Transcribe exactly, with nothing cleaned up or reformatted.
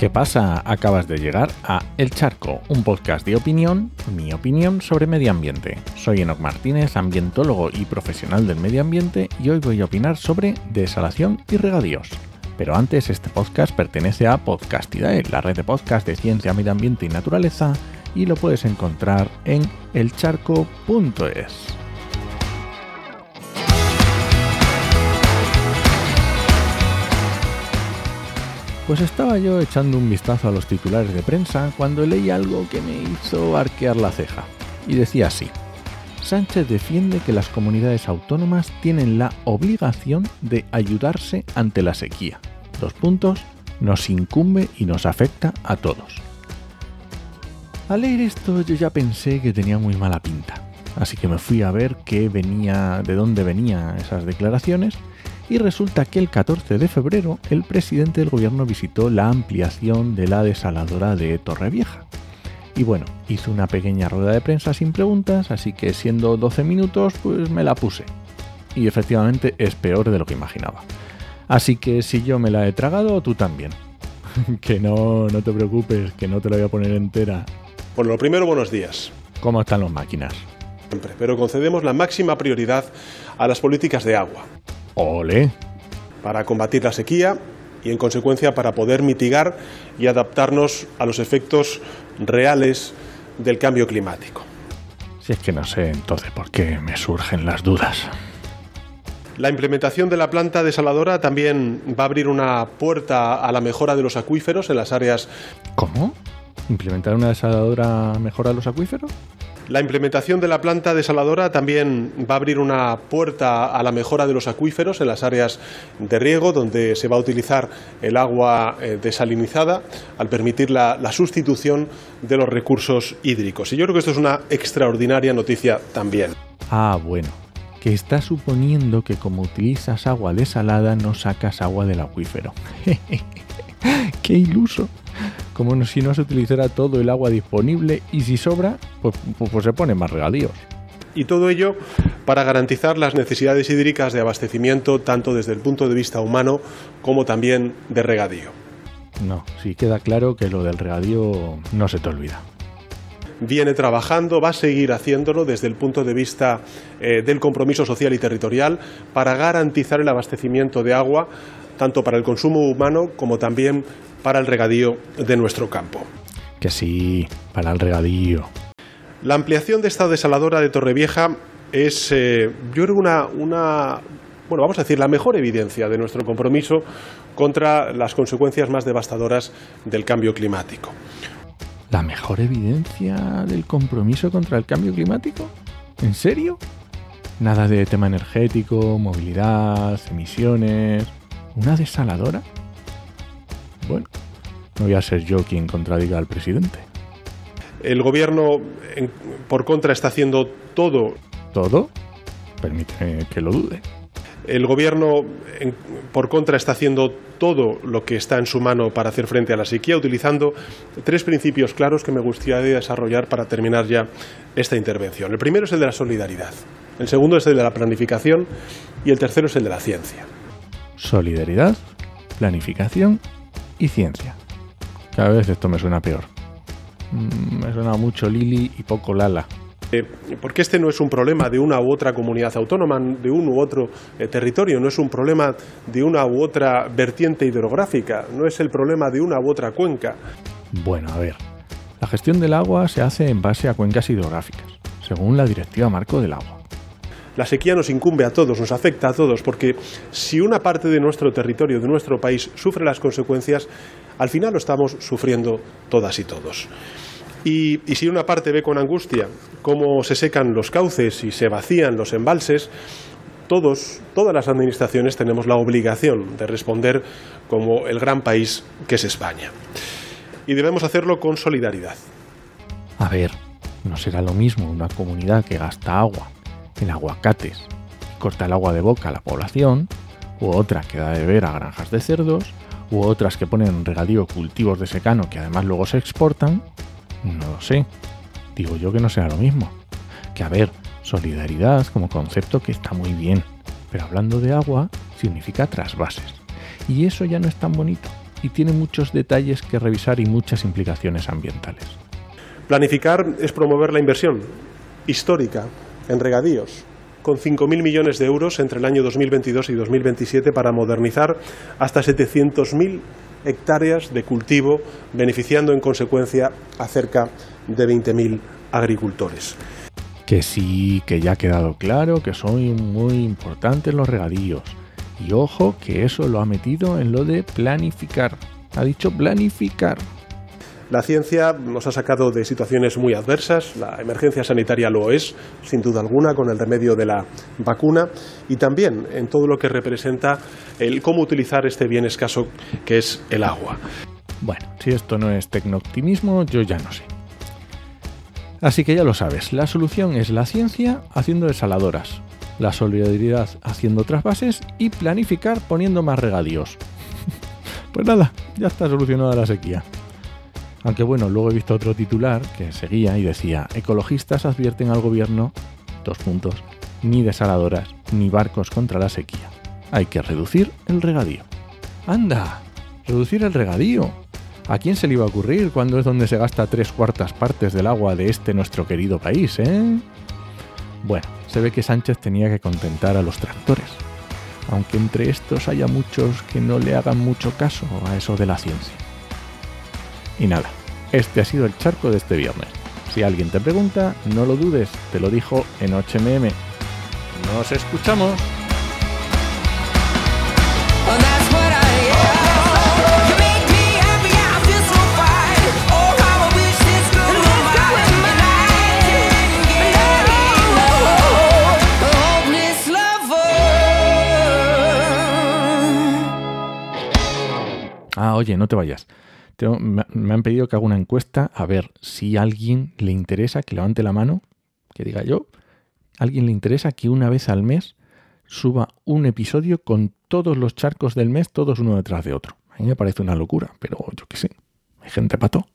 ¿Qué pasa? Acabas de llegar a El Charco, un podcast de opinión, mi opinión sobre medio ambiente. Soy Enoc Martínez, ambientólogo y profesional del medio ambiente, y hoy voy a opinar sobre desalación y regadíos. Pero antes, este podcast pertenece a Podcastidae, la red de podcast de ciencia, medio ambiente y naturaleza, y lo puedes encontrar en el charco punto es. Pues estaba yo echando un vistazo a los titulares de prensa cuando leí algo que me hizo arquear la ceja. Y decía así: Sánchez defiende que las comunidades autónomas tienen la obligación de ayudarse ante la sequía. Dos puntos, nos incumbe y nos afecta a todos. Al leer esto yo ya pensé que tenía muy mala pinta. Así que me fui a ver qué venía, de dónde venían esas declaraciones. Y resulta que el catorce de febrero el presidente del gobierno visitó la ampliación de la desaladora de Torrevieja. Y bueno, hizo una pequeña rueda de prensa sin preguntas, así que siendo doce minutos, pues me la puse. Y efectivamente es peor de lo que imaginaba. Así que si yo me la he tragado, tú también. Que no, no te preocupes, que no te la voy a poner entera. Bueno, lo primero, buenos días. ¿Cómo están las máquinas? Siempre, pero concedemos la máxima prioridad a las políticas de agua. ¡Ole! Para combatir la sequía y, en consecuencia, para poder mitigar y adaptarnos a los efectos reales del cambio climático. Si es que no sé entonces por qué me surgen las dudas. La implementación de la planta desaladora también va a abrir una puerta a la mejora de los acuíferos en las áreas... ¿Cómo? ¿Implementar una desaladora mejora los acuíferos? La implementación de la planta desaladora también va a abrir una puerta a la mejora de los acuíferos en las áreas de riego, donde se va a utilizar el agua eh, desalinizada al permitir la, la sustitución de los recursos hídricos. Y yo creo que esto es una extraordinaria noticia también. Ah, bueno, que está suponiendo que como utilizas agua desalada no sacas agua del acuífero. ¡Qué iluso! Como si no se utilizara todo el agua disponible y si sobra, pues, pues, pues se ponen más regadíos. Y todo ello para garantizar las necesidades hídricas de abastecimiento tanto desde el punto de vista humano como también de regadío. No, sí queda claro que lo del regadío no se te olvida. Viene trabajando, va a seguir haciéndolo desde el punto de vista eh, del compromiso social y territorial para garantizar el abastecimiento de agua tanto para el consumo humano como también para el regadío de nuestro campo. Que sí, para el regadío. La ampliación de esta desaladora de Torrevieja es, eh, yo creo, una, una, bueno, vamos a decir, la mejor evidencia de nuestro compromiso contra las consecuencias más devastadoras del cambio climático. ¿La mejor evidencia del compromiso contra el cambio climático? ¿En serio? Nada de tema energético, movilidad, emisiones... ¿Una desaladora? Bueno, no voy a ser yo quien contradiga al presidente. El gobierno, en, por contra, está haciendo todo. ¿Todo? Permíteme que lo dude. El gobierno, en, por contra, está haciendo todo lo que está en su mano para hacer frente a la sequía, utilizando tres principios claros que me gustaría desarrollar para terminar ya esta intervención. El primero es el de la solidaridad, el segundo es el de la planificación y el tercero es el de la ciencia. Solidaridad, planificación y ciencia. Cada vez esto me suena peor. Mm, me suena mucho Lili y poco Lala. Eh, porque este no es un problema de una u otra comunidad autónoma, de un u otro eh, territorio, no es un problema de una u otra vertiente hidrográfica, no es el problema de una u otra cuenca. Bueno, a ver, la gestión del agua se hace en base a cuencas hidrográficas, según la Directiva Marco del Agua. La sequía nos incumbe a todos, nos afecta a todos, porque si una parte de nuestro territorio, de nuestro país, sufre las consecuencias, al final lo estamos sufriendo todas y todos. Y, y si una parte ve con angustia cómo se secan los cauces y se vacían los embalses, todos, todas las administraciones tenemos la obligación de responder como el gran país que es España. Y debemos hacerlo con solidaridad. A ver, no será lo mismo una comunidad que gasta agua en aguacates y corta el agua de boca a la población, u otra que da de beber a granjas de cerdos, u otras que ponen en regadío cultivos de secano que además luego se exportan. No lo sé. Digo yo que no será lo mismo. Que a ver, solidaridad como concepto que está muy bien, pero hablando de agua significa trasvases. Y eso ya no es tan bonito. y tiene muchos detalles que revisar y muchas implicaciones ambientales. Planificar es promover la inversión histórica en regadíos, con cinco mil millones de euros entre el año dos mil veintidós y dos mil veintisiete para modernizar hasta setecientos mil hectáreas de cultivo, beneficiando en consecuencia a cerca de veinte mil agricultores. Que sí, que ya ha quedado claro que son muy importantes los regadíos. Y ojo, que eso lo ha metido en lo de planificar. Ha dicho planificar. La ciencia nos ha sacado de situaciones muy adversas, la emergencia sanitaria lo es, sin duda alguna, con el remedio de la vacuna, y también en todo lo que representa el cómo utilizar este bien escaso que es el agua. Bueno, si esto no es tecnooptimismo, yo ya no sé. Así que ya lo sabes, la solución es la ciencia haciendo desaladoras, la solidaridad haciendo trasvases y planificar poniendo más regadíos. Pues nada, ya está solucionada la sequía. Aunque bueno, luego he visto otro titular que seguía y decía: ecologistas advierten al gobierno, dos puntos, ni desaladoras ni barcos contra la sequía. Hay que reducir el regadío. ¡Anda! ¡Reducir el regadío! ¿A quién se le iba a ocurrir cuando es donde se gasta tres cuartas partes del agua de este nuestro querido país, eh? Bueno, se ve que Sánchez tenía que contentar a los tractores, aunque entre estos haya muchos que no le hagan mucho caso a eso de la ciencia. Y nada, este ha sido el charco de este viernes. Si alguien te pregunta, no lo dudes, te lo dijo en ocho eme eme. ¡Nos escuchamos! Ah, oye, no te vayas. Tengo, me, me han pedido que haga una encuesta a ver si a alguien le interesa que levante la mano, que diga yo, a alguien le interesa que una vez al mes suba un episodio con todos los charcos del mes, todos uno detrás de otro. A mí me parece una locura, pero yo qué sé, hay gente para todo.